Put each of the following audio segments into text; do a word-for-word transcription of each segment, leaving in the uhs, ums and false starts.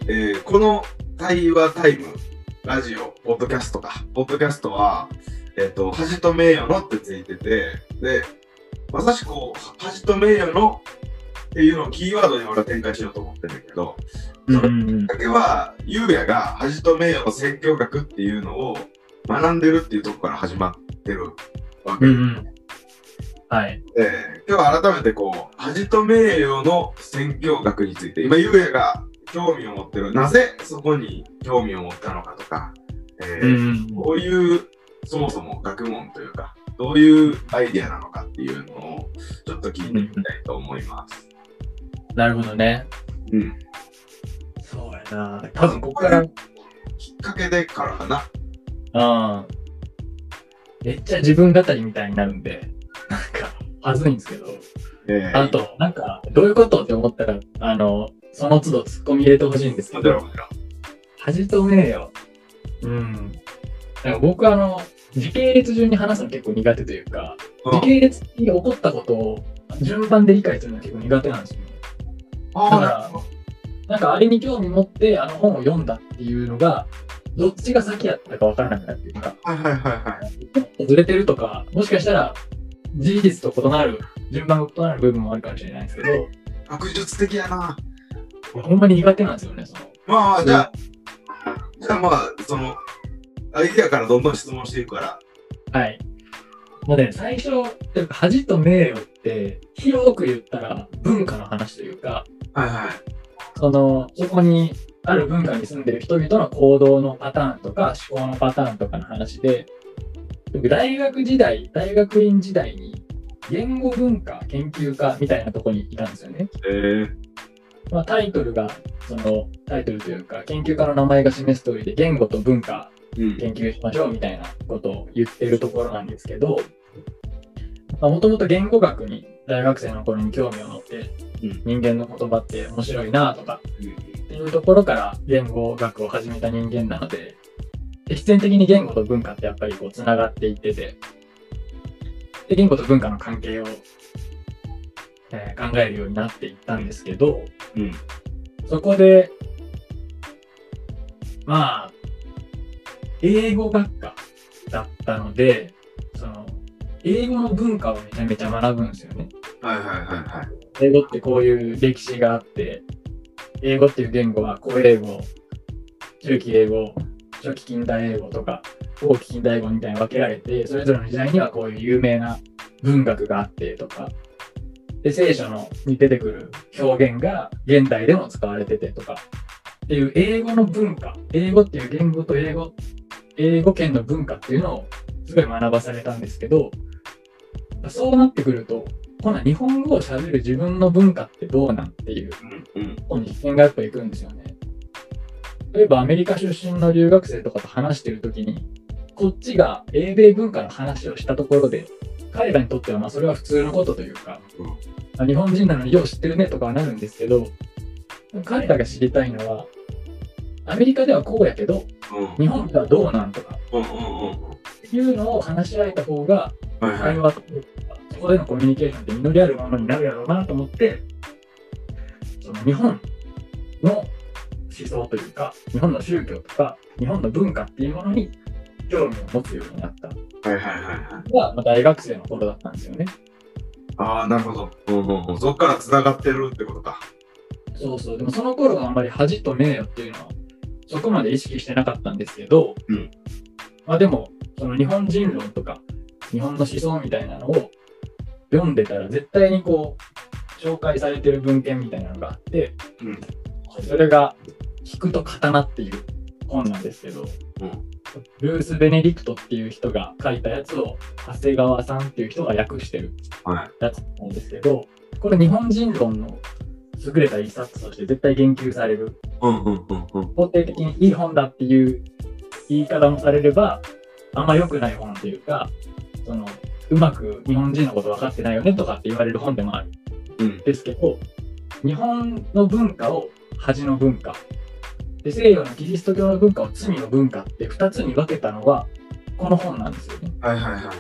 えーこの対話タイム、ラジオ、ポッドキャストか。ポッドキャストは、えっ、と、恥と名誉のってついてて、で、まさしくこう、恥と名誉のっていうのをキーワードに俺は展開しようと思ってるんだけど、それだけは、ゆうやが恥と名誉の宣教学っていうのを学んでるっていうところから始まってるわけ。 うんうん、はい。 で、今日は改めてこう、恥と名誉の宣教学について、今ゆうやが興味を持ってる、なぜそこに興味を持ったのかとか、えーうんうん、 こういうそもそも学問というか、どういうアイデアなのかっていうのをちょっと聞いてみたいと思います。 なるほどね。 うん。 そうやな。多分ここからきっかけでからかな。 あめっちゃ自分語りみたいになるんで、なんか、はずいんですけど、 えー、 あと、なんか、どういうことって思ったら、あの、その都度ツッコミ入れてほしいんですけど、恥と名誉。うん。なんか僕はあの、時系列順に話すの結構苦手というか、時系列に起こったことを順番で理解するのが結構苦手なんですよね。だから、なんかあれに興味持ってあの本を読んだっていうのが、どっちが先やったか分からなくなるっていうか、 はいはいはいはい。 ずれてるとか、もしかしたら事実と異なる、順番が異なる部分もあるかもしれないんですけど、 学術的やな。 ほんまに苦手なんですよね、その。 まあ、じゃあ、じゃあまあ、その、アイデアからどんどん質問していくから。 はい。もうね、最初、というか恥と名誉って、広く言ったら文化の話というか、 はいはい。 その、そこにある文化に住んでる人々の行動のパターンとか思考のパターンとかの話で、僕大学時代、大学院時代に言語文化研究家みたいなところにいたんですよね。 えー、 まあ、タイトルが、そのタイトルというか、研究家の名前が示す通りで、言語と文化研究しましょうみたいなことを言ってるところなんですけど、もともと言語学に大学生の頃に興味を持って、うん、人間の言葉って面白いなとか、うん、っていうところから言語学を始めた人間なので、必然的に言語と文化ってやっぱりこうつながっていってて、で言語と文化の関係を、えー、考えるようになっていったんですけど、うん、そこでまあ英語学科だったので、その英語の文化をめちゃめちゃ学ぶんですよね。 はいはいはいはい。 英語ってこういう歴史があって、英語っていう言語は古英語、中期英語、初期近代英語とか後期近代英語みたいに分けられて、それぞれの時代にはこういう有名な文学があってとか、で聖書のに出てくる表現が現代でも使われててとかっていう英語の文化、英語っていう言語と英語、英語圏の文化っていうのをすごい学ばされたんですけど、そうなってくると、今度は日本語を喋る自分の文化ってどうなんっていう方に視点がやっぱ行くんですよね。例えばアメリカ出身の留学生とかと話してるときに、こっちが英米文化の話をしたところで、彼らにとってはまあそれは普通のことというか、うん、日本人なのによう知ってるねとかはなるんですけど、彼らが知りたいのは、アメリカではこうやけど、うん、日本ではどうなんとか、うんうんうん、っていうのを話し合えた方が、会話とか、そこでのコミュニケーションって実りあるものになるやろうなと思って、その日本の思想というか、日本の宗教とか、日本の文化っていうものに興味を持つようになった。はいはいはいはい。が、まあ、大学生の頃だったんですよね。 ああ、なるほど。うんうんうん。そこから繋がってるってことか。 そうそう。でもその頃はあんまり恥と名誉っていうのは、そこまで意識してなかったんですけど、うん、まあでも、その日本人論とか、日本の思想みたいなのを読んでたら、絶対にこう、紹介されてる文献みたいなのがあって、うん、それが、聞くと刀っていう本なんですけど、うん、ルース・ベネディクトっていう人が書いたやつを、長谷川さんっていう人が訳してるやつなんですけど、これ日本人論の優れた一冊として絶対言及される、肯定的にいい本だっていう言い方もされれば、あんま良くない本というか、そのうまく日本人のこと分かってないよねとかって言われる本でもある、うん、ですけど、日本の文化を恥の文化で、西洋のキリスト教の文化を罪の文化ってふたつに分けたのはこの本なんですよね。 はいはいはいはい。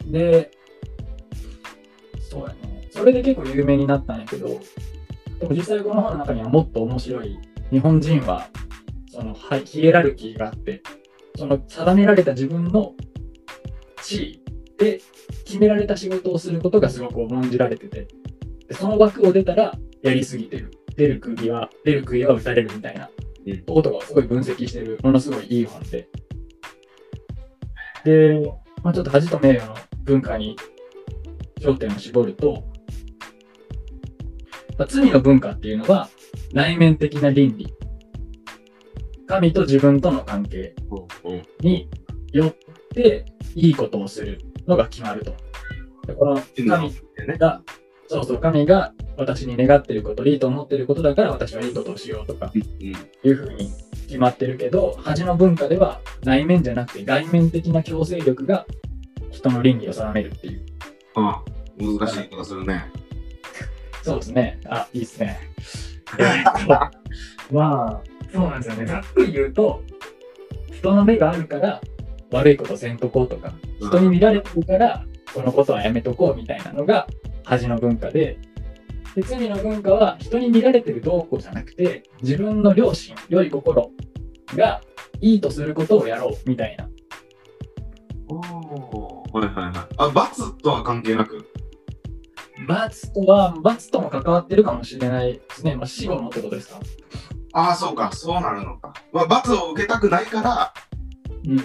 で、そうやね。それで結構有名になったんやけど、でも実際この本の中にはもっと面白い日本人はそのはいヒエラルキーがあって、その定められた自分の地位で決められた仕事をすることがすごく重んじられてて、でその枠を出たらやりすぎてる、出る釘は出る杭は打たれるみたいなことがすごい分析してるものすごいいい本で、で、まあ、ちょっと恥と名誉の文化に焦点を絞ると、まあ、罪の文化っていうのは内面的な倫理、神と自分との関係によっていいことをするのが決まると。でこの神が、そうそう、神が私に願っていること、いいと思っていることだから私はいいことをしようとかいうふうに決まってるけど、恥の文化では内面じゃなくて外面的な強制力が人の倫理を定めるっていう。 ああ、難しいことするね。 そうですね。あ、いいですね。まあ、そうなんですよね。ざっくり言うと、人の目があるから悪いことせんとこうとか、人に見られてるからこのことはやめとこうみたいなのが恥の文化で、で罪の文化は人に見られてるどうこうじゃなくて、自分の良心、良い心がいいとすることをやろうみたいな。 おお、はいはいはい。あ、罰とは関係なく。 罰とは、罰とも関わってるかもしれないですね。まあ、死後のってことですか。 ああ、そうか、そうなるのか。まあ、罰を受けたくないから、 うん、うん。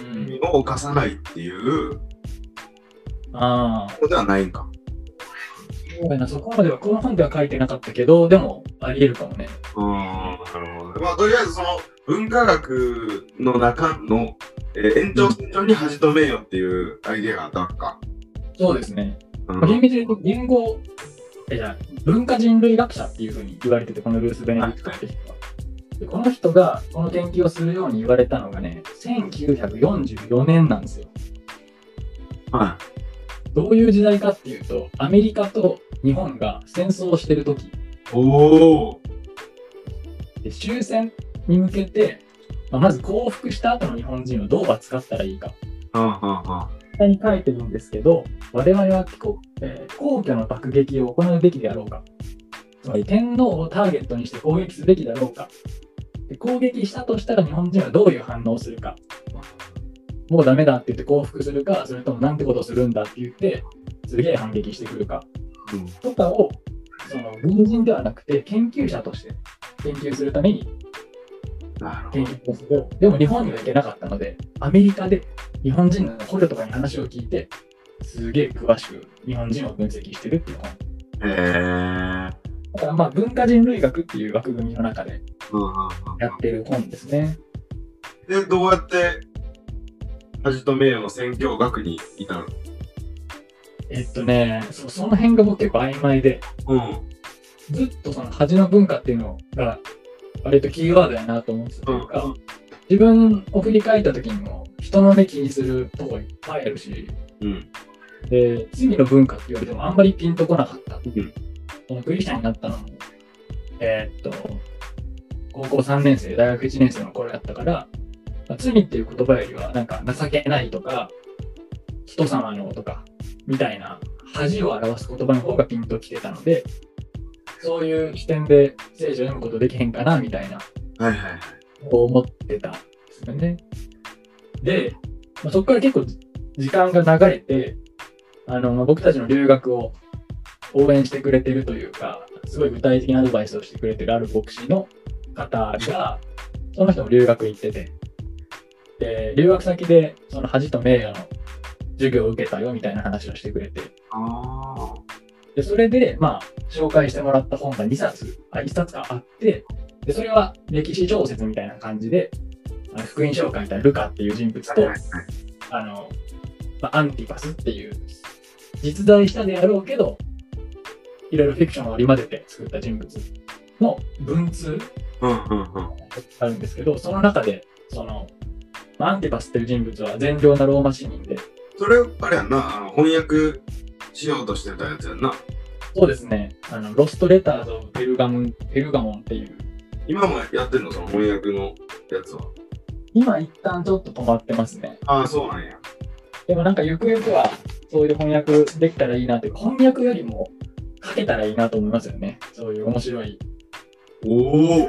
を犯さないっていうああ。 ことではないんか。 そうやな、そこまではこの本では書いてなかったけど、でもありえるかもね。 うん、なるほど。まあ、とりあえずその文化学の中の、えー延長線上に恥と名誉っていうアイデアがあったわけか。 そうですね。 うん、 厳密に言うと言語、えじゃあ文化人類学者っていうふうに言われてて、このルース・ベネディクトって人は。でこの人がこの研究をするように言われたのがね、せんきゅうひゃくよんじゅうよねんなんですよ。 はどういう時代かっていうと、アメリカと日本が戦争をしてる時い。おお。 で、終戦に向けて、まあ、まず降伏した後の日本人をどう扱ったらいいか。 はんはんはん。 下に書いてるんですけど、我々はこう、えー皇居の爆撃を行うべきであろうか。つまり天皇をターゲットにして攻撃すべきだろうか。で攻撃したとしたら日本人はどういう反応をするか。もうダメだって言って降伏するか、それともなんてことするんだって言って、すげえ反撃してくるか。 うんとかを、その軍人ではなくて研究者として研究するためになるほ研究をする。でも日本には行けなかったので、アメリカで日本人の捕虜とかに話を聞いて、すげえ詳しく日本人を分析してるっていう本。 ど。へえ。 だからまあ文化人類学っていう枠組みの中でうんうんうん。 やってる本ですね。 で、どうやって恥と名誉の宣教学に至る？ えっとね、そ, その辺が僕結構曖昧で、 うん。 ずっとその恥の文化っていうのが割とキーワードやなと思ってたというか、 うん自分を振り返った時にも人の目気にするとこいっぱいあるし、 うん。 で、罪の文化って言われてもあんまりピンとこなかった。 うんそのクリスチャンになったのも、えーっと、高校さんねん生、大学いちねん生の頃やったから、まあ罪っていう言葉よりは、なんか情けないとか、人様のとか、みたいな恥を表す言葉の方がピンときてたので、そういう視点で聖書を読むことできへんかな、みたいな、 はいはいはい。 思ってたんですよね。で、まあ、そこから結構時間が流れて、あの、まあ僕たちの留学を応援してくれてるというか、すごい具体的なアドバイスをしてくれてるある牧師の方が、その人も留学行ってて、で、留学先でその恥と名誉の授業を受けたよみたいな話をしてくれて、 ああ。 で、それで、まあ、紹介してもらった本がにさつ、あ、いっさつかあって、で、それは歴史小説みたいな感じで、あの福音書を書いたルカっていう人物と、 はいはいあの、まあ、アンティパスっていう、実在したであろうけど、いろいろフィクションを織り交ぜて作った人物の文通うんうんうん。 があるんですけど、その中で、その、まあアンティパスっていう人物は善良なローマ市民で、 それ、あれやんな、あの翻訳しようとしてたやつやんな。 そうですね、あの、ロストレターズ・オブ・ペルガモン、ペルガモンっていう、 今もやってんの、その翻訳のやつは。 今一旦ちょっと止まってますね。 ああ、そうなんや。 でもなんかゆくゆくは、そういう翻訳できたらいいなっていうか、翻訳よりも書けたらいいなと思いますよね。そういう面白い。 おお。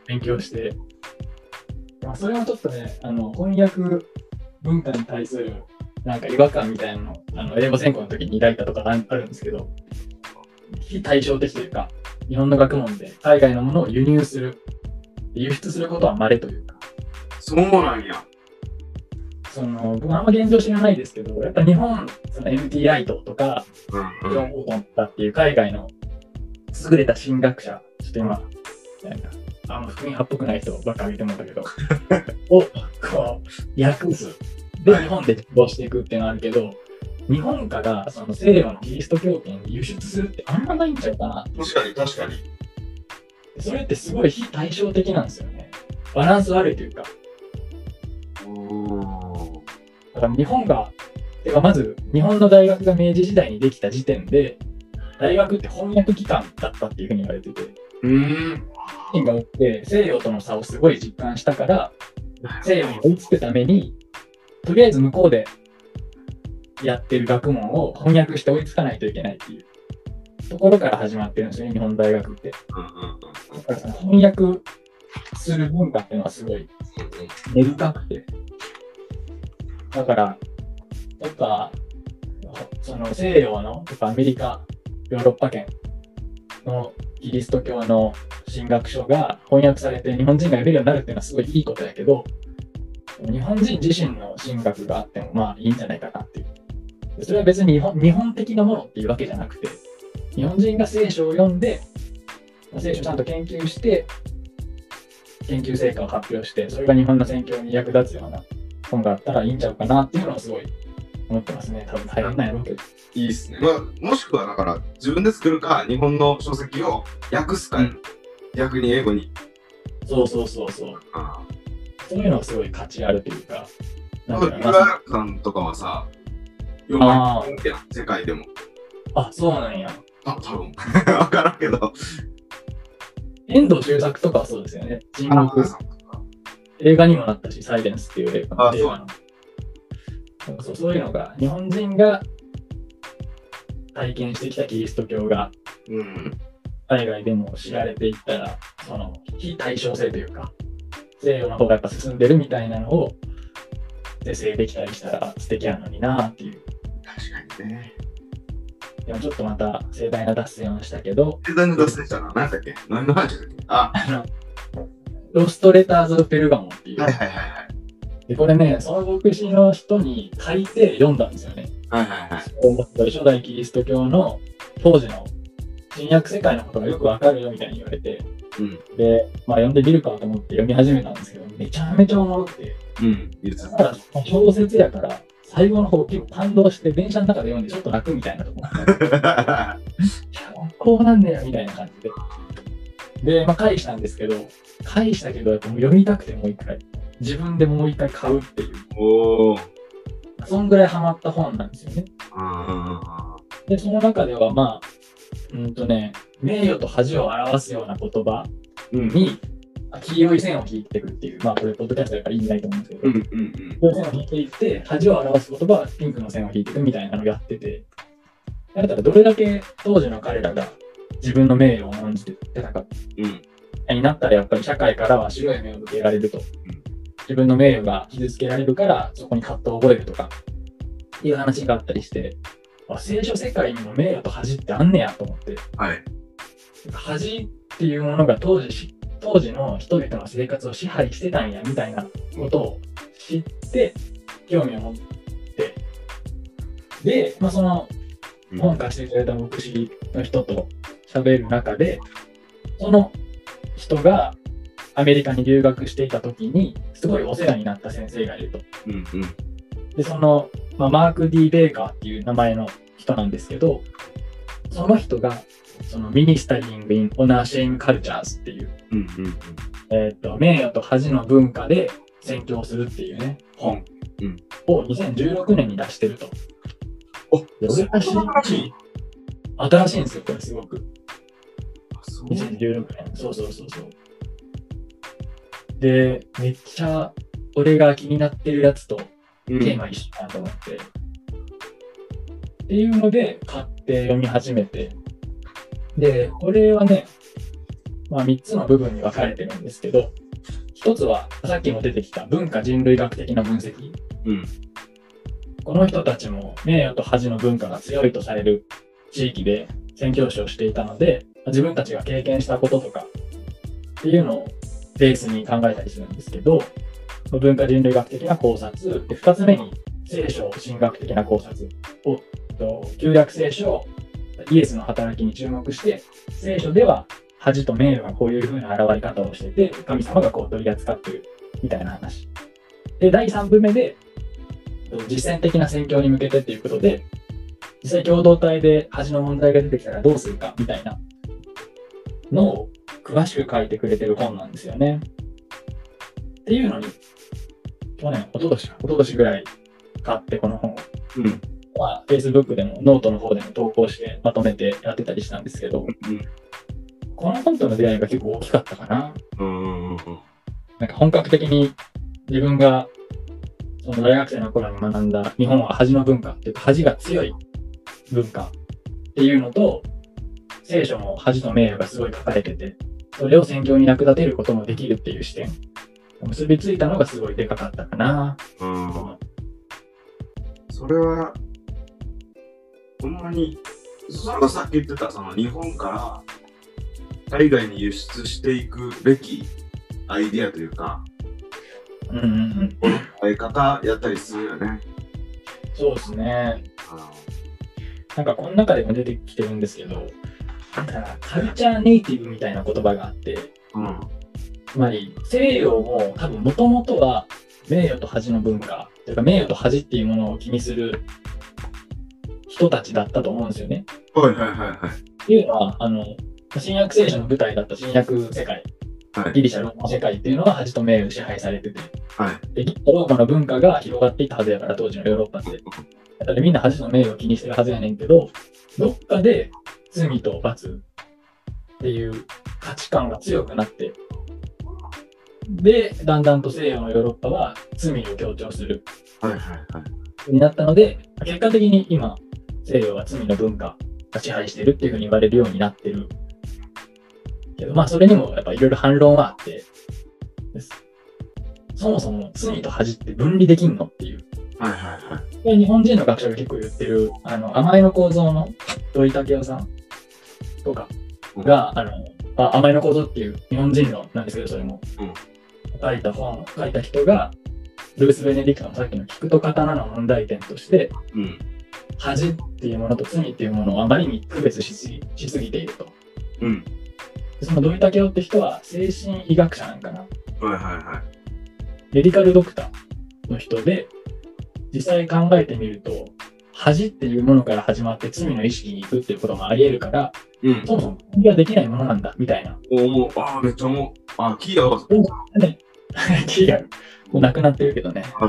勉強して、まあ、それはちょっとね、あの翻訳文化に対するなんか違和感みたいなの、あの英語専攻の時に抱いたとかあるんですけど、非対照的というか、日本の学問で海外のものを輸入する、輸出することは稀というか。 そうなんや。 その僕あんま現状知らないですけど、やっぱ日本、その エムティー ライトとか、 うんうん、 ジョン・ウォートンとかっていう海外の優れた神学者、ちょっと今、なんか、あんま福音派っぽくない人ばっか挙げてもらったけど、をこう訳す。で、日本でどうしていくっていうのはあるけど、日本からその西洋のキリスト教圏に輸出するってあんまないんちゃうかな。 確かに確かに。 それってすごい非対照的なんですよね。バランス悪いというか。だから日本が、てかまず日本の大学が明治時代にできた時点で、大学って翻訳機関だったっていうふうに言われてて、 うーん。 日本がおって西洋との差をすごい実感したから、西洋に追いつくために、とりあえず向こうでやってる学問を翻訳して追いつかないといけないっていうところから始まってるんですよね、日本大学って。 うんうんうん、 だからその翻訳する文化っていうのはすごい根深くて。だから、やっぱ、その西洋の、やっぱアメリカ、ヨーロッパ圏のキリスト教の神学書が翻訳されて日本人が読めるようになるっていうのはすごいいいことやけど、日本人自身の神学があってもまあいいんじゃないかなっていう。それは別に日本、日本的なものっていうわけじゃなくて、日本人が聖書を読んで、聖書をちゃんと研究して、研究成果を発表して、それが日本の宣教に役立つような本があったらいいんちゃうかなっていうのはすごい思ってますね。多分大変なんやろうけど。 いいですね。まあ、もしくはだから自分で作るか、日本の書籍を訳すか、うん、逆に英語に。 そうそうそうそう。ああ、そういうのはすごい価値あるというか。 なんか、岩原さんとかはさ、読まれてるやん、世界でも。 あ、そうなんや。 あ、多分。わからんけど。 遠藤周作とかはそうですよね。沈黙。映画にもなったし、サイレンスっていう映画の。映画のそう、そういうのが、日本人が体験してきたキリスト教が、うん、海外でも知られていったら、その非対称性というか、西洋の方がやっぱ進んでるみたいなのを是正できたりしたら素敵なのになっていう。 確かにね。 でもちょっとまた盛大な脱線をしたけど。 盛大な脱線したの何だっけ？何の話だっけ？あ、 あの、ロストレターズ・オブ・ペルガモンっていう。 はいはいはいはい。 で、これね、その牧師の人に書いて読んだんですよね。 はいはいはい。 初代キリスト教の当時の新約世界のことがよくわかるよみたいに言われて、うん、で、まあ読んでみるかと思って読み始めたんですけど、めちゃめちゃおもろくて、うん、だから小説やから、最後の方結構感動して電車の中で読んでちょっと泣くみたいなところ。こうなんねやみたいな感じで。で、まあ返したんですけど、返したけどやっぱ読みたくてもう一回。自分でもう一回買うっていう。おー。そんぐらいハマった本なんですよね。で、その中ではまあ、うんとね、名誉と恥を表すような言葉に、うん、黄色い線を引いていくっていう、まあこれポッドキャストだから意味ないと思うんですけど、うんうんうん、黄色い線を引いていって、恥を表す言葉はピンクの線を引いていくみたいなのをやってて、だからどれだけ当時の彼らが自分の名誉を重んじてたか、うん、になったらやっぱり社会からは白い目を向けられると。うん、自分の名誉が傷つけられるからそこに葛藤を覚えるとかいう話があったりして、聖書世界にも名誉と恥ってあんねやと思って、はい、恥っていうものが当時当時の人々の生活を支配してたんやみたいなことを知って興味を持って、で、まあ、その本貸していただいた牧師の人と喋る中で、その人がアメリカに留学していた時にすごいお世話になった先生がいると。うんうん、でその、まあ、マーク・ディ・ベーカーっていう名前の人なんですけど、その人がそのミニスタリング・イン・オナー・シェイム・カルチャーズっていう、うんうんうん、えー、と名誉と恥の文化で宣教するっていうね本をにせんじゅうろくねんに出してると。 お、新しい新しいんですよこれすごく。にせんじゅうろくねん。そうそうそうそう。で、めっちゃ俺が気になってるやつとテーマ一緒だなと思って、うん、っていうので買って読み始めて、で、これはね、 まあ、みっつの部分に分かれてるんですけど、ひとつはさっきも出てきた文化人類学的な分析。 うん。 この人たちも名誉と恥の文化が強いとされる地域で宣教師をしていたので、自分たちが経験したこととかっていうのをベースに考えたりするんですけど、文化人類学的な考察で、ふたつめに聖書神学的な考察を、旧約聖書イエスの働きに注目して、聖書では恥と名誉がこういう風な現れ方をしてて、神様がこう取り扱っているみたいな話で、だいさんぶめで実践的な宣教に向けてっていうことで、実際共同体で恥の問題が出てきたらどうするかみたいなのを詳しく書いてくれてる本なんですよね。っていうのに、去年、一昨年か、一昨年ぐらい買ってこの本を、 うん、 まあ、Facebook でもノートの方でも投稿してまとめてやってたりしたんですけど、うん、この本との出会いが結構大きかったかな。 うんうんうん、 なんか本格的に自分がその大学生の頃に学んだ日本は恥の文化っていうか恥が強い文化っていうのと、聖書も恥と名誉がすごい書かれてて、それを宣教に役立てることもできるっていう視点結びついたのがすごいでかかったかな。 うん。それはほんまに、それがさっき言ってたその日本から海外に輸出していくべきアイディアというか、 うんうんうん、 この考え方やったりするよね。 そうですね。なんかこの中でも出てきてるんですけど、なんかカルチャーネイティブみたいな言葉があって、うん、つまり西洋も多分もともとは名誉と恥の文化というか名誉と恥っていうものを気にする人たちだったと思うんですよね。 はいはいはいはい。 っていうのはあの新約聖書の舞台だった新約世界、はい、ギリシャローマ世界っていうのは恥と名誉で支配されてて、はい、でギリシャローマの文化が広がっていったはずやから当時のヨーロッパって。だからみんな恥と名誉を気にしてるはずやねんけど、どっかで罪と罰っていう価値観が強くなって、で、だんだんと西洋のヨーロッパは罪を強調する。はいはいはい。になったので、結果的に今、西洋は罪の文化が支配してるっていうふうに言われるようになってる。けど、まあそれにもやっぱいろいろ反論はあって、そもそも罪と恥って分離できんのっていう。はいはいはい。これ日本人の学者が結構言ってる、あの、甘えの構造の土井武雄さんとかが、うん、あの、まあ、甘えの構造っていう日本人のなんですけど、それも、うん、書いた本を書いた人が、ルース・ベネディクトのさっきの聞くと刀の問題点として、うん、恥っていうものと罪っていうものをあまりに区別しすぎ、しすぎていると。うん、その土井武雄って人は精神医学者なんかな。はいはいはい。メディカルドクターの人で、実際考えてみると、恥っていうものから始まって罪の意識に行くっていうこともあり得るから、うん、そもそも気ができないものなんだみたいな。 おお、ああ、めっちゃもう、あ気が合わせて。ね、気がもうなくなってるけどね。はい、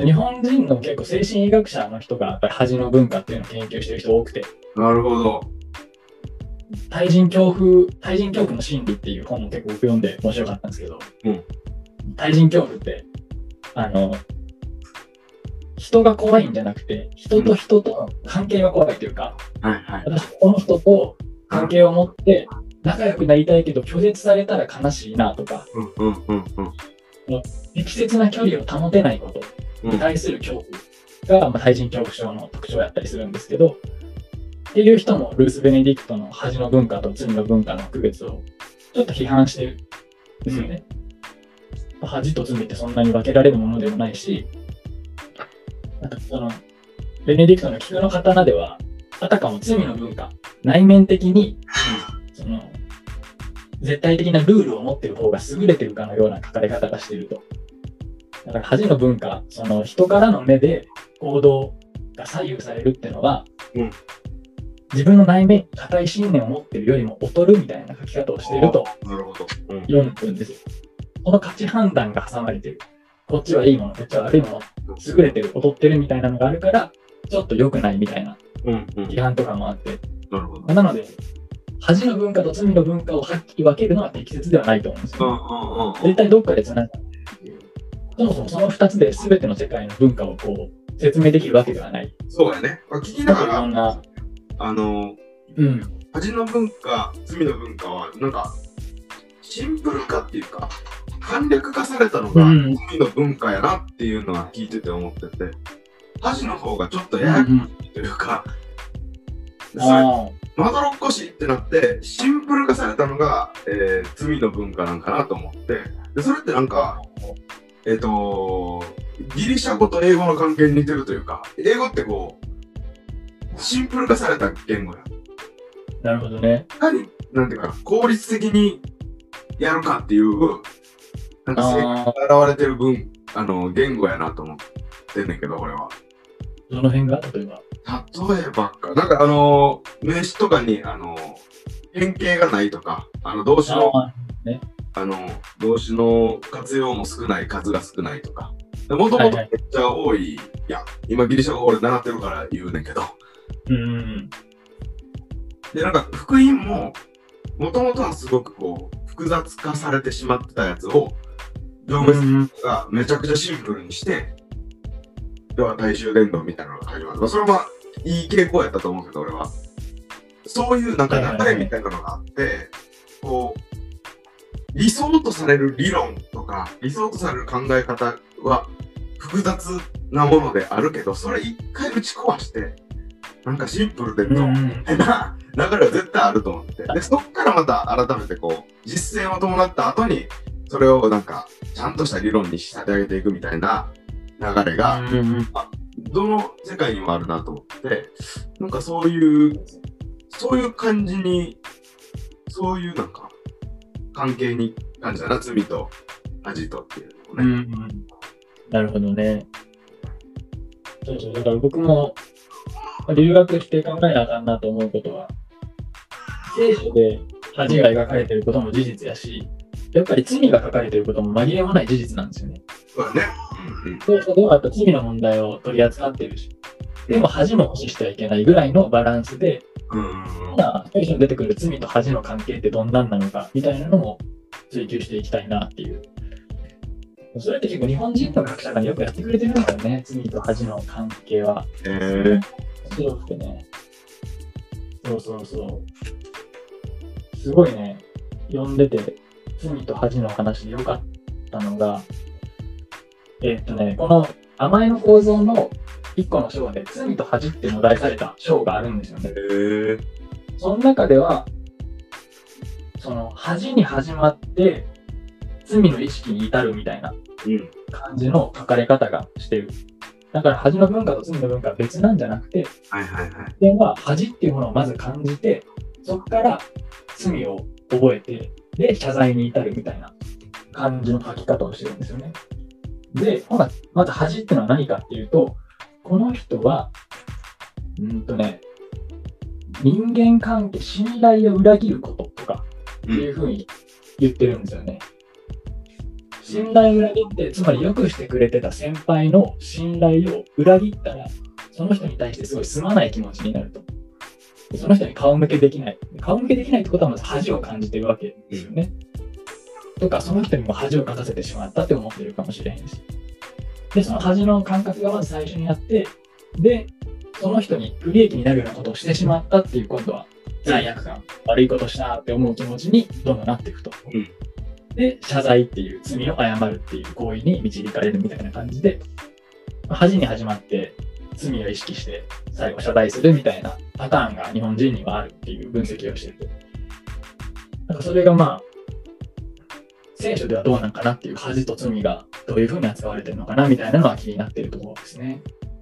日本人の結構精神医学者の人がやっぱり恥の文化っていうのを研究してる人多くて。 なるほど。 対人恐怖、対人恐怖の心理っていう本も結構僕読んで面白かったんですけど、うん、対人恐怖って、あの、人が怖いんじゃなくて、人と人との関係が怖いというか、うんはいはい、私この人と関係を持って仲良くなりたいけど拒絶されたら悲しいなとか、うんうんうんうん、適切な距離を保てないことに対する恐怖が、まあ、対人恐怖症の特徴やったりするんですけど、っていう人もルース・ベネディクトの恥の文化と罪の文化の区別をちょっと批判してるんですよね。うん、恥と罪ってそんなに分けられるものでもないし、なんかそのベネディクトの聞くの刀では、あたかも罪の文化、内面的にその絶対的なルールを持っている方が優れているかのような書かれ方がしていると。だから恥の文化、その人からの目で行動が左右されるっていうのは、うん、自分の内面、固い信念を持っているよりも劣るみたいな書き方をしていると読むんですよ。この価値判断が挟まれている。こっちはいいもの、こっちは悪いもの、優れてる、劣ってるみたいなのがあるから、ちょっと良くないみたいな批判とかもあって。なるほど。なので、恥の文化と罪の文化をはっきり分けるのは適切ではないと思うんですよ。絶対どっかでつながっているっていう。そもそもその二つで全ての世界の文化をこう説明できるわけではない。 そうやね。聞きながら、あの、うん、 恥の文化、罪の文化は、なんか、シンプル化っていうか、簡略化されたのがうん罪の文化やなっていうのは聞いてて思ってて、恥の方がちょっとややこしいというか、でそれあまどろっこしいってなって、シンプル化されたのが、えー罪の文化なんかなと思って、でそれってなんか、えっ、とギリシャ語と英語の関係に似てるというか、英語ってこう、シンプル化された言語や。 あ、なるほどね。 いかに、なんていうか、効率的にやるかっていう、なんか性格が現れてる分、あの、言語やなと思ってんねんけど、俺は。 どの辺が例えば。 例えばか、なんかあの、名詞とかに、あの、変形がないとか、あの、動詞の、 あね、 あの、動詞の活用も少ない、数が少ないとか。もともとめっちゃ多い、いや、今ギリシャ語俺習ってるから言うねんけど。 うん。 で、なんか福音も、もともとはすごくこう、複雑化されてしまってたやつを、業務がめちゃくちゃシンプルにして、要は大衆伝道みたいなのが始まる。まあ、それはまあ、いい傾向やったと思うけど、俺は。そういうなんか流れみたいなのがあって、こう、理想とされる理論とか、理想とされる考え方は複雑なものであるけど、それ一回打ち壊して、なんかシンプルでどうみたいな流れは絶対あると思って。で、そっからまた改めてこう、実践を伴った後に、それをなんか、ちゃんとした理論に仕立て上げていくみたいな流れが、あ、どの世界にもあるなと思って、なんかそういう、そういう感じに、そういうなんか、関係に感じたな、罪と恥とっていうのもね。 うんうん、なるほどね。そうそう、だから僕も留学して考えなあかんなと思うことは、聖書で恥が描かれてることも事実やし、やっぱり罪が書かれてることも紛れもない事実なんですよね。 そうだね。 うんうん、聖書ではやっぱ罪の問題を取り扱ってるし、でも恥も無視してはいけないぐらいのバランスで、聖書に出てくる罪と恥の関係ってどんなんなのかみたいなのも追求していきたいなっていう。それって結構日本人の学者がよくやってくれてるんだよね、罪と恥の関係は。 へぇー。 面白くてね。そうそうそう。すごいね、読んでて、罪と恥の話でよかったのが、えーっとね、この甘えの構造の一個の章で、罪と恥っていうのを題された章があるんですよね。 へぇー。 その中では、その恥に始まって罪の意識に至るみたいな感じの書かれ方がしてる。だから恥の文化と罪の文化は別なんじゃなくて、 はいはいはい。 点は恥っていうものをまず感じて、そこから罪を覚えて、で、謝罪に至るみたいな感じの書き方をしてるんですよね。で、ほら、まず恥っていうのは何かっていうと、この人は、うんとね、人間関係、信頼を裏切ることとかっていうふうに言ってるんですよね。信頼を裏切って、つまり良くしてくれてた先輩の信頼を裏切ったら、その人に対してすごいすまない気持ちになると。その人に顔向けできない。顔向けできないってことはまず恥を感じてるわけですよね。とか、その人にも恥をかかせてしまったって思ってるかもしれへんし。で、その恥の感覚がまず最初にあって、で、その人に不利益になるようなことをしてしまったっていうことは罪悪感、悪いことしたって思う気持ちにどんどんなっていくと。うん、で、謝罪っていう罪を謝るっていう行為に導かれるみたいな感じで、恥に始まって罪を意識して最後謝罪するみたいなパターンが日本人にはあるっていう分析をしてて、なんかそれがまあ聖書ではどうなんかなっていう恥と罪がどういうふうに扱われてるのかなみたいなのは気になっているところですね。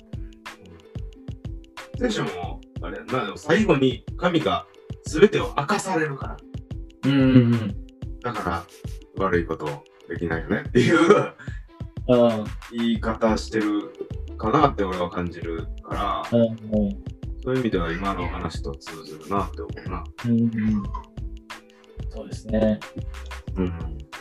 聖書もあれな、最後に神が全てを明かされるから。 うんうんうん。 だから悪いことできないよねっていう言い方してるかなって俺は感じるから、うんうん、そういう意味では今の話と通ずるなって思うな。 うんうん、そうですね。 うん。